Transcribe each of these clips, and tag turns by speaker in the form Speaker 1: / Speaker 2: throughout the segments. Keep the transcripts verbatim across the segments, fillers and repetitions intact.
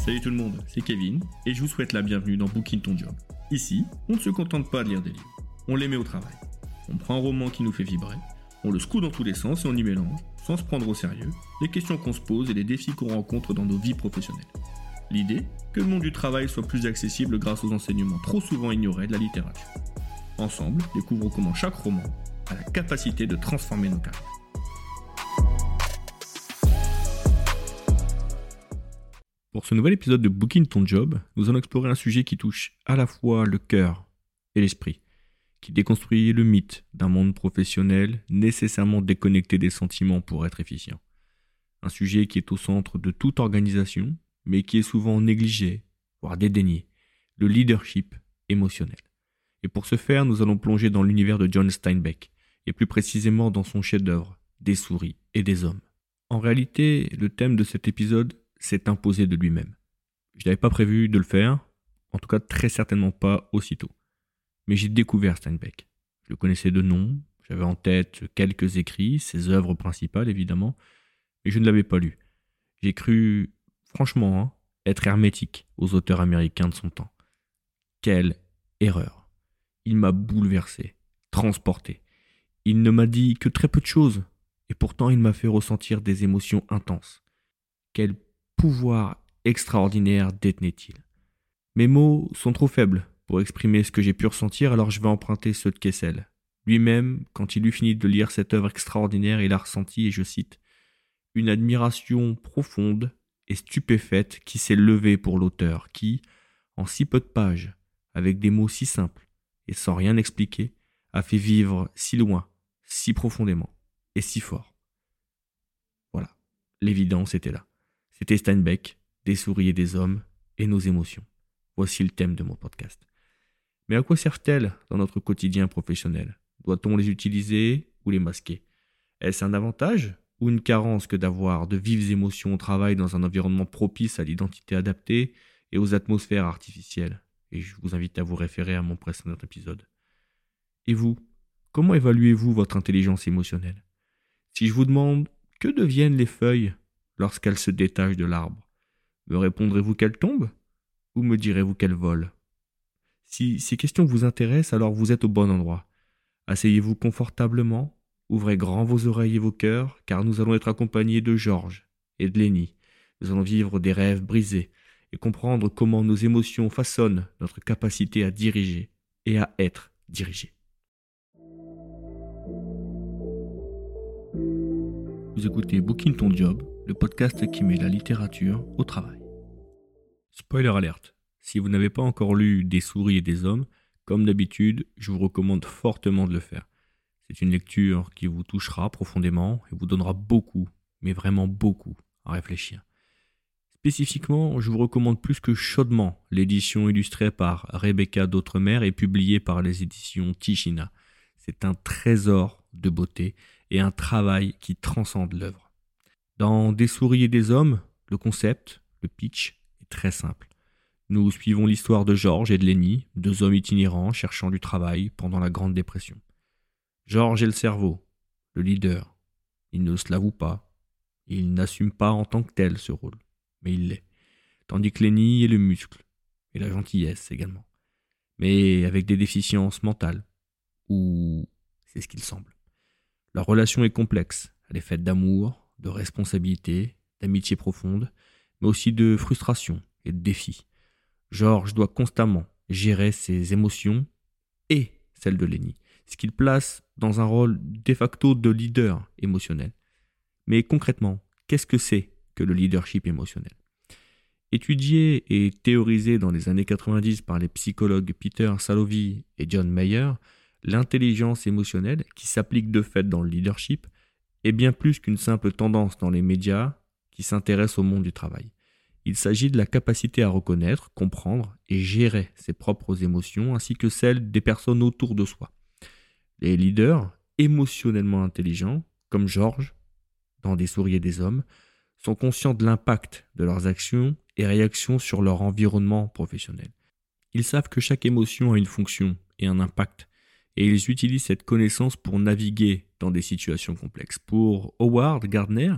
Speaker 1: Salut tout le monde, c'est Kevin et je vous souhaite la bienvenue dans Booking Ton Job. Ici, on ne se contente pas de lire des livres, on les met au travail. On prend un roman qui nous fait vibrer, on le secoue dans tous les sens et on y mélange, sans se prendre au sérieux, les questions qu'on se pose et les défis qu'on rencontre dans nos vies professionnelles. L'idée, que le monde du travail soit plus accessible grâce aux enseignements trop souvent ignorés de la littérature. Ensemble, découvrons comment chaque roman a la capacité de transformer nos carrières. Pour ce nouvel épisode de Booking Ton Job, nous allons explorer un sujet qui touche à la fois le cœur et l'esprit, qui déconstruit le mythe d'un monde professionnel nécessairement déconnecté des sentiments pour être efficient. Un sujet qui est au centre de toute organisation, mais qui est souvent négligé, voire dédaigné, le leadership émotionnel. Et pour ce faire, nous allons plonger dans l'univers de John Steinbeck, et plus précisément dans son chef-d'œuvre, Des souris et des hommes. En réalité, le thème de cet épisode s'est imposé de lui-même. Je n'avais pas prévu de le faire, en tout cas très certainement pas aussitôt. Mais j'ai découvert Steinbeck. Je le connaissais de nom, j'avais en tête quelques écrits, ses œuvres principales évidemment, mais je ne l'avais pas lu. J'ai cru, franchement, hein, être hermétique aux auteurs américains de son temps. Quelle erreur! Il m'a bouleversé, transporté. Il ne m'a dit que très peu de choses, et pourtant il m'a fait ressentir des émotions intenses. Quel pouvoir extraordinaire détenait-il? Mes mots sont trop faibles pour exprimer ce que j'ai pu ressentir, alors je vais emprunter ceux de Kessel. Lui-même, quand il eut fini de lire cette œuvre extraordinaire, il a ressenti, et je cite, « une admiration profonde et stupéfaite qui s'est levée pour l'auteur, qui, en si peu de pages, avec des mots si simples et sans rien expliquer, a fait vivre si loin, si profondément et si fort. » Voilà, l'évidence était là. C'était Steinbeck, Des souris et des hommes, et nos émotions. Voici le thème de mon podcast. Mais à quoi servent-elles dans notre quotidien professionnel? Doit-on les utiliser ou les masquer? Est-ce un avantage ou une carence que d'avoir de vives émotions au travail dans un environnement propice à l'identité adaptée et aux atmosphères artificielles? Et je vous invite à vous référer à mon précédent épisode. Et vous, comment évaluez-vous votre intelligence émotionnelle? Si je vous demande que deviennent les feuilles lorsqu'elles se détachent de l'arbre, me répondrez-vous qu'elles tombent ou me direz-vous qu'elles volent? Si ces questions vous intéressent, alors vous êtes au bon endroit. Asseyez-vous confortablement, ouvrez grand vos oreilles et vos cœurs, car nous allons être accompagnés de Georges et de Lenny. Nous allons vivre des rêves brisés et comprendre comment nos émotions façonnent notre capacité à diriger et à être dirigés. Vous écoutez Booking Ton Job, le podcast qui met la littérature au travail. Spoiler alert, si vous n'avez pas encore lu Des souris et des hommes, comme d'habitude, je vous recommande fortement de le faire. C'est une lecture qui vous touchera profondément et vous donnera beaucoup, mais vraiment beaucoup, à réfléchir. Spécifiquement, je vous recommande plus que chaudement l'édition illustrée par Rebecca d'Outremer et publiée par les éditions Tichina. C'est un trésor de beauté et un travail qui transcende l'œuvre. Dans Des souris et des hommes, le concept, le pitch, est très simple. Nous suivons l'histoire de Georges et de Lenny, deux hommes itinérants cherchant du travail pendant la Grande Dépression. Georges est le cerveau, le leader. Il ne se l'avoue pas. Il n'assume pas en tant que tel ce rôle, mais il l'est. Tandis que Lenny est le muscle, et la gentillesse également. Mais avec des déficiences mentales, ou c'est ce qu'il semble. Leur relation est complexe, elle est faite d'amour, de responsabilité, d'amitié profonde, mais aussi de frustration et de défis. Georges doit constamment gérer ses émotions et celles de Lenny, ce qui le place dans un rôle de facto de leader émotionnel. Mais concrètement, qu'est-ce que c'est que le leadership émotionnel? Étudié et théorisé dans les années quatre-vingt-dix par les psychologues Peter Salovey et John Mayer, l'intelligence émotionnelle, qui s'applique de fait dans le leadership, est bien plus qu'une simple tendance dans les médias qui s'intéressent au monde du travail. Il s'agit de la capacité à reconnaître, comprendre et gérer ses propres émotions ainsi que celles des personnes autour de soi. Les leaders émotionnellement intelligents, comme Georges, dans Des souris et des hommes, sont conscients de l'impact de leurs actions et réactions sur leur environnement professionnel. Ils savent que chaque émotion a une fonction et un impact, et ils utilisent cette connaissance pour naviguer dans des situations complexes. Pour Howard Gardner,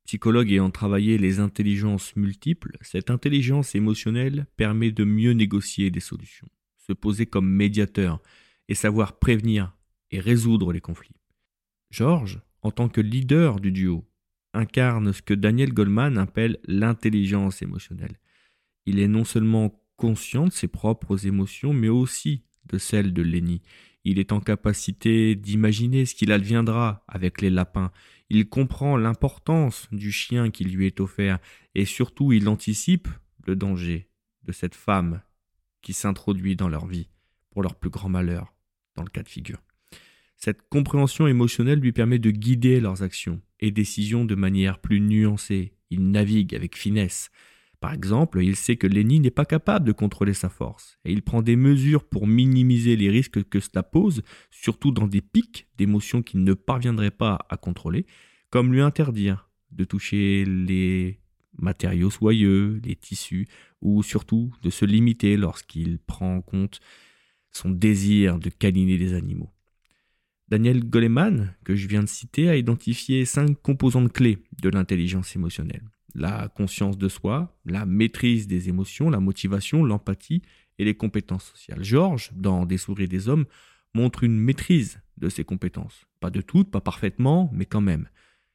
Speaker 1: Psychologue ayant travaillé les intelligences multiples, cette intelligence émotionnelle permet de mieux négocier des solutions, se poser comme médiateur et savoir prévenir et résoudre les conflits. George, en tant que leader du duo, incarne ce que Daniel Goleman appelle l'intelligence émotionnelle. Il est non seulement conscient de ses propres émotions, mais aussi de celles de Lenny. Il est en capacité d'imaginer ce qu'il adviendra avec les lapins. Il comprend l'importance du chien qui lui est offert et surtout il anticipe le danger de cette femme qui s'introduit dans leur vie pour leur plus grand malheur, dans le cas de figure. Cette compréhension émotionnelle lui permet de guider leurs actions et décisions de manière plus nuancée. Il navigue avec finesse. Par exemple, il sait que Lenny n'est pas capable de contrôler sa force et il prend des mesures pour minimiser les risques que cela pose, surtout dans des pics d'émotions qu'il ne parviendrait pas à contrôler, comme lui interdire de toucher les matériaux soyeux, les tissus, ou surtout de se limiter lorsqu'il prend en compte son désir de câliner les animaux. Daniel Goleman, que je viens de citer, a identifié cinq composantes clés de l'intelligence émotionnelle. La conscience de soi, la maîtrise des émotions, la motivation, l'empathie et les compétences sociales. George, dans Des souris et des hommes, montre une maîtrise de ces compétences. Pas de toutes, pas parfaitement, mais quand même.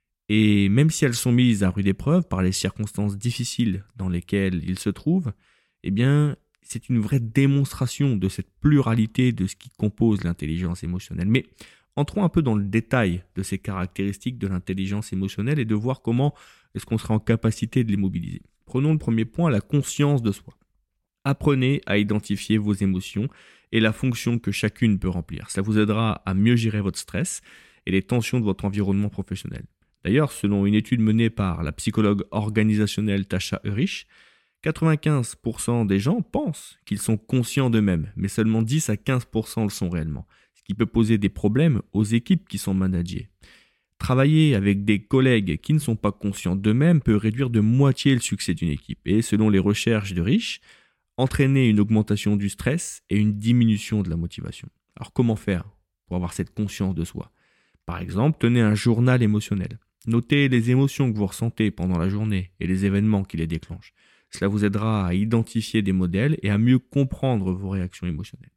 Speaker 1: Et même si elles sont mises à rude épreuve par les circonstances difficiles dans lesquelles il se trouve, eh bien, c'est une vraie démonstration de cette pluralité de ce qui compose l'intelligence émotionnelle. Mais entrons un peu dans le détail de ces caractéristiques de l'intelligence émotionnelle et de voir comment est-ce qu'on sera en capacité de les mobiliser. Prenons le premier point, la conscience de soi. Apprenez à identifier vos émotions et la fonction que chacune peut remplir. Ça vous aidera à mieux gérer votre stress et les tensions de votre environnement professionnel. D'ailleurs, selon une étude menée par la psychologue organisationnelle Tasha Eurich, quatre-vingt-quinze pour cent des gens pensent qu'ils sont conscients d'eux-mêmes, mais seulement dix à quinze pour cent le sont réellement, ce qui peut poser des problèmes aux équipes qui sont managées. Travailler avec des collègues qui ne sont pas conscients d'eux-mêmes peut réduire de moitié le succès d'une équipe et, selon les recherches de Rich, entraîner une augmentation du stress et une diminution de la motivation. Alors comment faire pour avoir cette conscience de soi ? Par exemple, tenez un journal émotionnel. Notez les émotions que vous ressentez pendant la journée et les événements qui les déclenchent. Cela vous aidera à identifier des modèles et à mieux comprendre vos réactions émotionnelles.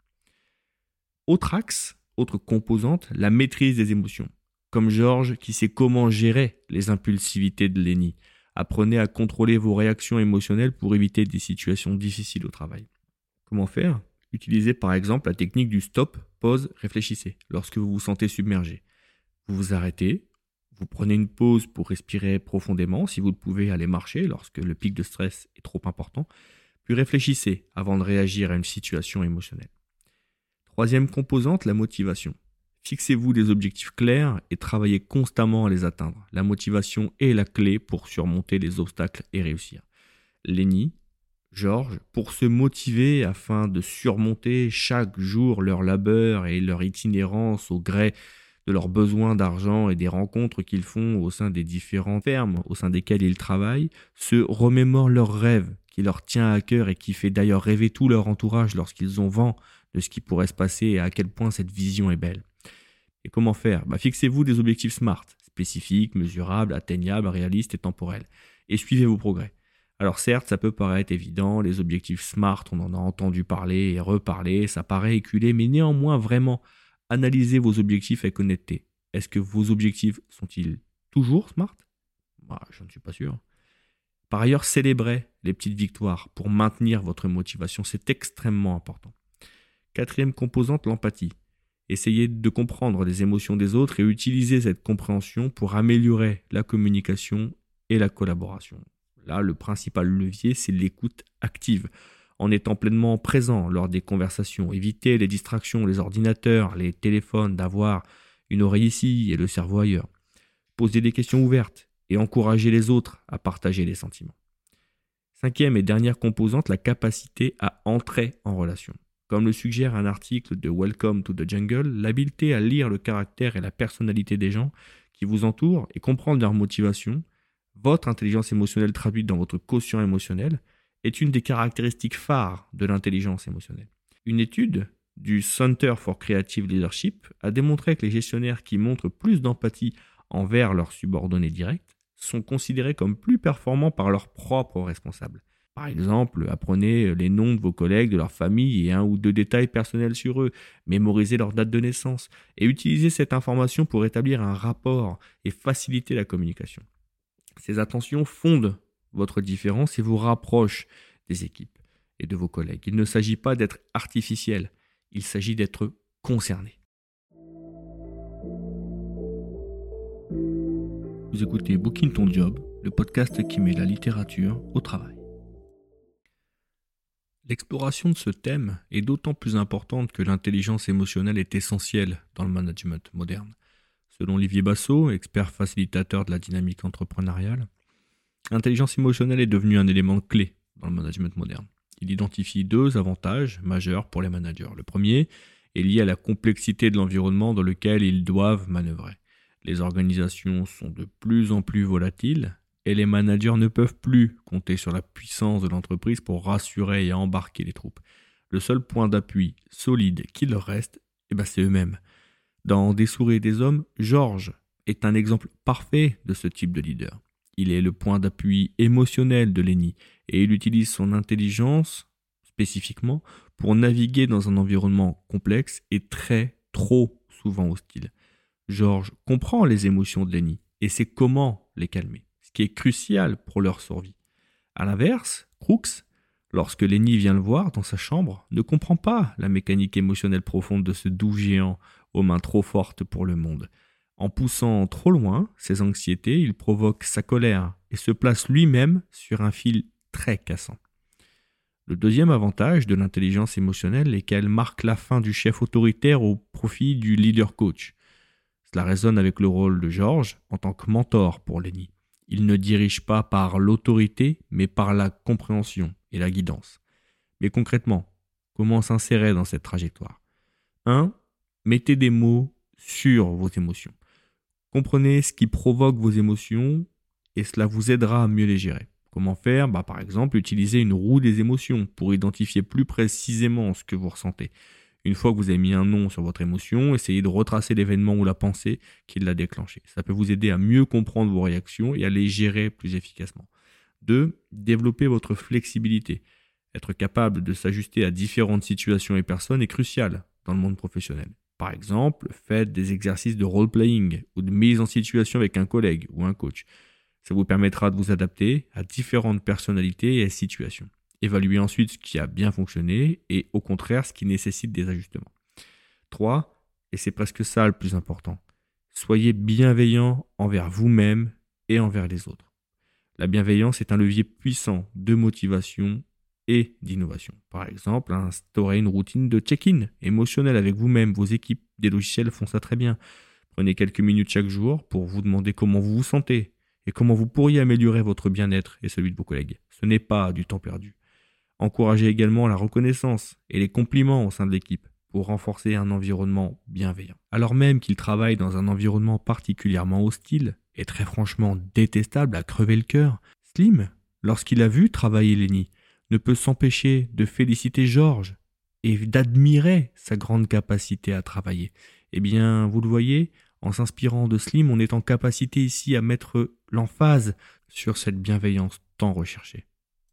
Speaker 1: Autre axe, autre composante, la maîtrise des émotions. Comme George qui sait comment gérer les impulsivités de Lenny. Apprenez à contrôler vos réactions émotionnelles pour éviter des situations difficiles au travail. Comment faire ? Utilisez par exemple la technique du stop, pause, réfléchissez lorsque vous vous sentez submergé. Vous vous arrêtez, vous prenez une pause pour respirer profondément, si vous le pouvez aller marcher lorsque le pic de stress est trop important, puis réfléchissez avant de réagir à une situation émotionnelle. Troisième composante, la motivation. Fixez-vous des objectifs clairs et travaillez constamment à les atteindre. La motivation est la clé pour surmonter les obstacles et réussir. Lenny, George, pour se motiver afin de surmonter chaque jour leur labeur et leur itinérance au gré de leurs besoins d'argent et des rencontres qu'ils font au sein des différentes fermes au sein desquelles ils travaillent, se remémorent leurs rêves qui leur tient à cœur et qui fait d'ailleurs rêver tout leur entourage lorsqu'ils ont vent de ce qui pourrait se passer et à quel point cette vision est belle. Et comment faire ? Bah, fixez-vous des objectifs SMART, spécifiques, mesurables, atteignables, réalistes et temporels, et suivez vos progrès. Alors certes, ça peut paraître évident, les objectifs SMART, on en a entendu parler et reparler, ça paraît éculé, mais néanmoins vraiment, analysez vos objectifs avec honnêteté. Est-ce que vos objectifs sont-ils toujours SMART ? Bah, je ne suis pas sûr. Par ailleurs, célébrez les petites victoires pour maintenir votre motivation, c'est extrêmement important. Quatrième composante, l'empathie. Essayez de comprendre les émotions des autres et utilisez cette compréhension pour améliorer la communication et la collaboration. Là, le principal levier, c'est l'écoute active. En étant pleinement présent lors des conversations, évitez les distractions, les ordinateurs, les téléphones, d'avoir une oreille ici et le cerveau ailleurs. Posez des questions ouvertes et encouragez les autres à partager les sentiments. Cinquième et dernière composante, la capacité à entrer en relation. Comme le suggère un article de Welcome to the Jungle, l'habileté à lire le caractère et la personnalité des gens qui vous entourent et comprendre leurs motivations, votre intelligence émotionnelle traduite dans votre quotient émotionnel, est une des caractéristiques phares de l'intelligence émotionnelle. Une étude du Center for Creative Leadership a démontré que les gestionnaires qui montrent plus d'empathie envers leurs subordonnés directs sont considérés comme plus performants par leurs propres responsables. Par exemple, apprenez les noms de vos collègues, de leur famille et un ou deux détails personnels sur eux, mémorisez leur date de naissance et utilisez cette information pour établir un rapport et faciliter la communication. Ces attentions fondent votre différence et vous rapprochent des équipes et de vos collègues. Il ne s'agit pas d'être artificiel, il s'agit d'être concerné. Vous écoutez Booking Ton Job, le podcast qui met la littérature au travail. L'exploration de ce thème est d'autant plus importante que l'intelligence émotionnelle est essentielle dans le management moderne. Selon Olivier Basso, expert facilitateur de la dynamique entrepreneuriale, l'intelligence émotionnelle est devenue un élément clé dans le management moderne. Il identifie deux avantages majeurs pour les managers. Le premier est lié à la complexité de l'environnement dans lequel ils doivent manœuvrer. Les organisations sont de plus en plus volatiles et les managers ne peuvent plus compter sur la puissance de l'entreprise pour rassurer et embarquer les troupes. Le seul point d'appui solide qui leur reste, eh ben c'est eux-mêmes. Dans Des souris et des hommes, Georges est un exemple parfait de ce type de leader. Il est le point d'appui émotionnel de Lenny et il utilise son intelligence, spécifiquement, pour naviguer dans un environnement complexe et très, trop souvent hostile. Georges comprend les émotions de Lenny et sait comment les calmer, ce qui est crucial pour leur survie. A l'inverse, Crooks, lorsque Lenny vient le voir dans sa chambre, ne comprend pas la mécanique émotionnelle profonde de ce doux géant aux mains trop fortes pour le monde. En poussant trop loin ses anxiétés, il provoque sa colère et se place lui-même sur un fil très cassant. Le deuxième avantage de l'intelligence émotionnelle est qu'elle marque la fin du chef autoritaire au profit du leader coach. Cela résonne avec le rôle de Georges en tant que mentor pour Lenny. Il ne dirige pas par l'autorité, mais par la compréhension et la guidance. Mais concrètement, comment s'insérer dans cette trajectoire ? un. Mettez des mots sur vos émotions. Comprenez ce qui provoque vos émotions et cela vous aidera à mieux les gérer. Comment faire ? Bah, par exemple, utiliser une roue des émotions pour identifier plus précisément ce que vous ressentez. Une fois que vous avez mis un nom sur votre émotion, essayez de retracer l'événement ou la pensée qui l'a déclenché. Ça peut vous aider à mieux comprendre vos réactions et à les gérer plus efficacement. deux. Développer votre flexibilité. Être capable de s'ajuster à différentes situations et personnes est crucial dans le monde professionnel. Par exemple, faites des exercices de role-playing ou de mise en situation avec un collègue ou un coach. Ça vous permettra de vous adapter à différentes personnalités et situations. Évaluez ensuite ce qui a bien fonctionné et au contraire ce qui nécessite des ajustements. trois. Et c'est presque ça le plus important. Soyez bienveillant envers vous-même et envers les autres. La bienveillance est un levier puissant de motivation et d'innovation. Par exemple, instaurez une routine de check-in émotionnel avec vous-même, vos équipes. Des logiciels font ça très bien. Prenez quelques minutes chaque jour pour vous demander comment vous vous sentez et comment vous pourriez améliorer votre bien-être et celui de vos collègues. Ce n'est pas du temps perdu. Encouragez également la reconnaissance et les compliments au sein de l'équipe pour renforcer un environnement bienveillant. Alors même qu'il travaille dans un environnement particulièrement hostile et très franchement détestable à crever le cœur, Slim, lorsqu'il a vu travailler Lenny, ne peut s'empêcher de féliciter Georges et d'admirer sa grande capacité à travailler. Eh bien, vous le voyez, en s'inspirant de Slim, on est en capacité ici à mettre l'emphase sur cette bienveillance tant recherchée.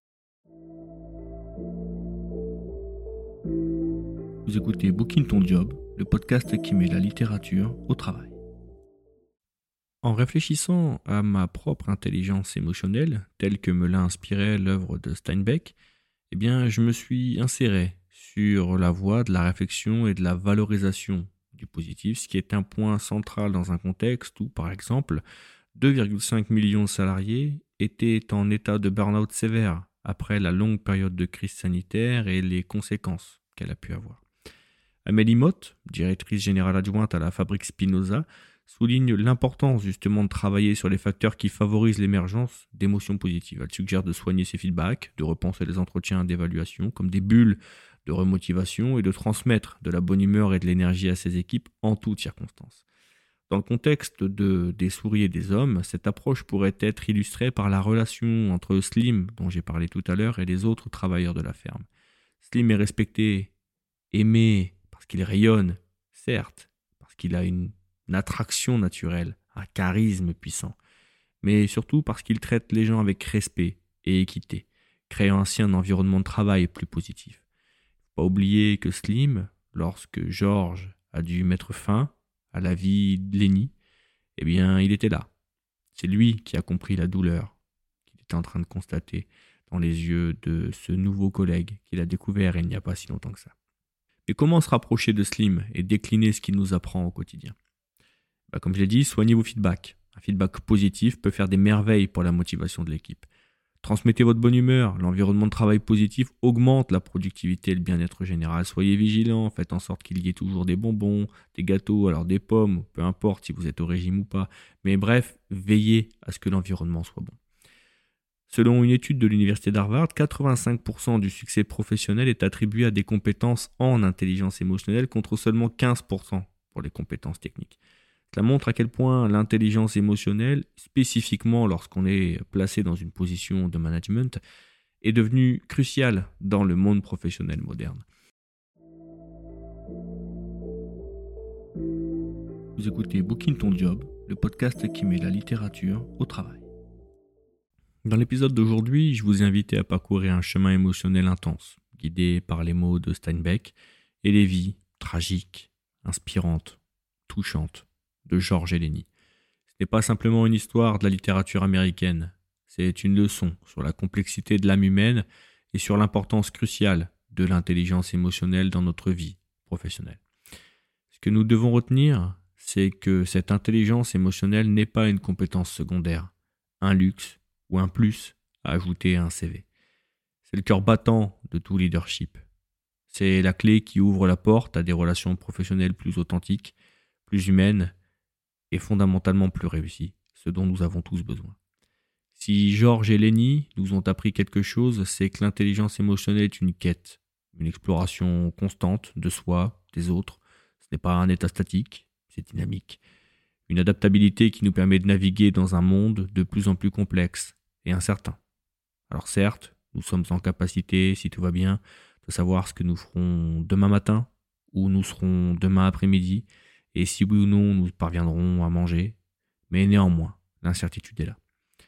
Speaker 1: Vous écoutez Booking Ton Job, le podcast qui met la littérature au travail. En réfléchissant à ma propre intelligence émotionnelle, telle que me l'a inspirée l'œuvre de Steinbeck, eh bien, je me suis inséré sur la voie de la réflexion et de la valorisation du positif, ce qui est un point central dans un contexte où, par exemple, deux virgule cinq millions de salariés étaient en état de burn-out sévère après la longue période de crise sanitaire et les conséquences qu'elle a pu avoir. Amélie Motte, directrice générale adjointe à la Fabrique Spinoza, souligne l'importance justement de travailler sur les facteurs qui favorisent l'émergence d'émotions positives. Elle suggère de soigner ses feedbacks, de repenser les entretiens d'évaluation comme des bulles de remotivation et de transmettre de la bonne humeur et de l'énergie à ses équipes en toutes circonstances. Dans le contexte de Des souris et des hommes, cette approche pourrait être illustrée par la relation entre Slim, dont j'ai parlé tout à l'heure, et les autres travailleurs de la ferme. Slim est respecté, aimé, parce qu'il rayonne, certes, parce qu'il a une, une attraction naturelle, un charisme puissant. mais surtout parce qu'il traite les gens avec respect et équité, créant ainsi un environnement de travail plus positif. Faut pas oublier que Slim, lorsque George a dû mettre fin à la vie de Lenny, eh bien, il était là. C'est lui qui a compris la douleur qu'il était en train de constater dans les yeux de ce nouveau collègue qu'il a découvert il n'y a pas si longtemps que ça. Mais comment se rapprocher de Slim et décliner ce qu'il nous apprend au quotidien ? Bah, comme je l'ai dit, soignez vos feedbacks. Un feedback positif peut faire des merveilles pour la motivation de l'équipe. Transmettez votre bonne humeur, l'environnement de travail positif augmente la productivité et le bien-être général. Soyez vigilants, faites en sorte qu'il y ait toujours des bonbons, des gâteaux, alors des pommes, peu importe si vous êtes au régime ou pas. Mais bref, veillez à ce que l'environnement soit bon. Selon une étude de l'université d'Harvard, quatre-vingt-cinq pour cent du succès professionnel est attribué à des compétences en intelligence émotionnelle contre seulement quinze pour cent pour les compétences techniques. Cela montre à quel point l'intelligence émotionnelle, spécifiquement lorsqu'on est placé dans une position de management, est devenue cruciale dans le monde professionnel moderne. Vous écoutez Booking Ton Job, le podcast qui met la littérature au travail. Dans l'épisode d'aujourd'hui, je vous ai invité à parcourir un chemin émotionnel intense, guidé par les mots de Steinbeck et les vies tragiques, inspirantes, touchantes de George et Lenny. Ce n'est pas simplement une histoire de la littérature américaine, c'est une leçon sur la complexité de l'âme humaine et sur l'importance cruciale de l'intelligence émotionnelle dans notre vie professionnelle. Ce que nous devons retenir, c'est que cette intelligence émotionnelle n'est pas une compétence secondaire, un luxe ou un plus à ajouter à un C V. C'est le cœur battant de tout leadership. C'est la clé qui ouvre la porte à des relations professionnelles plus authentiques, plus humaines et fondamentalement plus réussies, ce dont nous avons tous besoin. Si George et Lenny nous ont appris quelque chose, c'est que l'intelligence émotionnelle est une quête, une exploration constante de soi, des autres. Ce n'est pas un état statique, c'est dynamique. Une adaptabilité qui nous permet de naviguer dans un monde de plus en plus complexe et incertain. Alors certes, nous sommes en capacité, si tout va bien, de savoir ce que nous ferons demain matin, où nous serons demain après-midi, et si oui ou non nous parviendrons à manger, mais néanmoins, l'incertitude est là.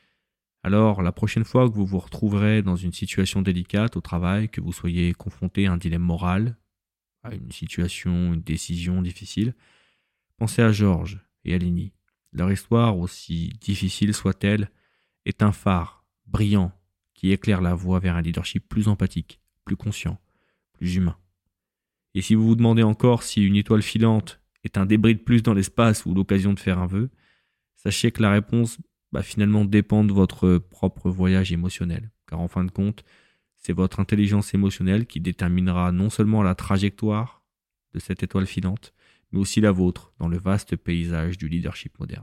Speaker 1: Alors, la prochaine fois que vous vous retrouverez dans une situation délicate au travail, que vous soyez confronté à un dilemme moral, à une situation, une décision difficile, pensez à George et à Lenny. Leur histoire, aussi difficile soit-elle, est un phare brillant qui éclaire la voie vers un leadership plus empathique, plus conscient, plus humain. Et si vous vous demandez encore si une étoile filante est un débris de plus dans l'espace ou l'occasion de faire un vœu, sachez que la réponse bah, finalement dépend de votre propre voyage émotionnel. Car en fin de compte, c'est votre intelligence émotionnelle qui déterminera non seulement la trajectoire de cette étoile filante, mais aussi la vôtre dans le vaste paysage du leadership moderne.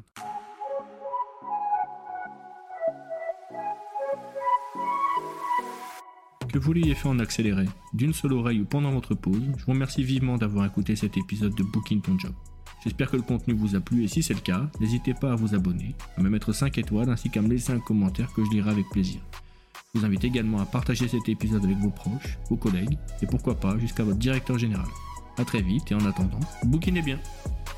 Speaker 1: Que vous l'ayez fait en accéléré, d'une seule oreille ou pendant votre pause, je vous remercie vivement d'avoir écouté cet épisode de Booking Ton Job. J'espère que le contenu vous a plu et si c'est le cas, n'hésitez pas à vous abonner, à me mettre cinq étoiles ainsi qu'à me laisser un commentaire que je lirai avec plaisir. Je vous invite également à partager cet épisode avec vos proches, vos collègues et pourquoi pas jusqu'à votre directeur général. A très vite et en attendant, bookinez bien.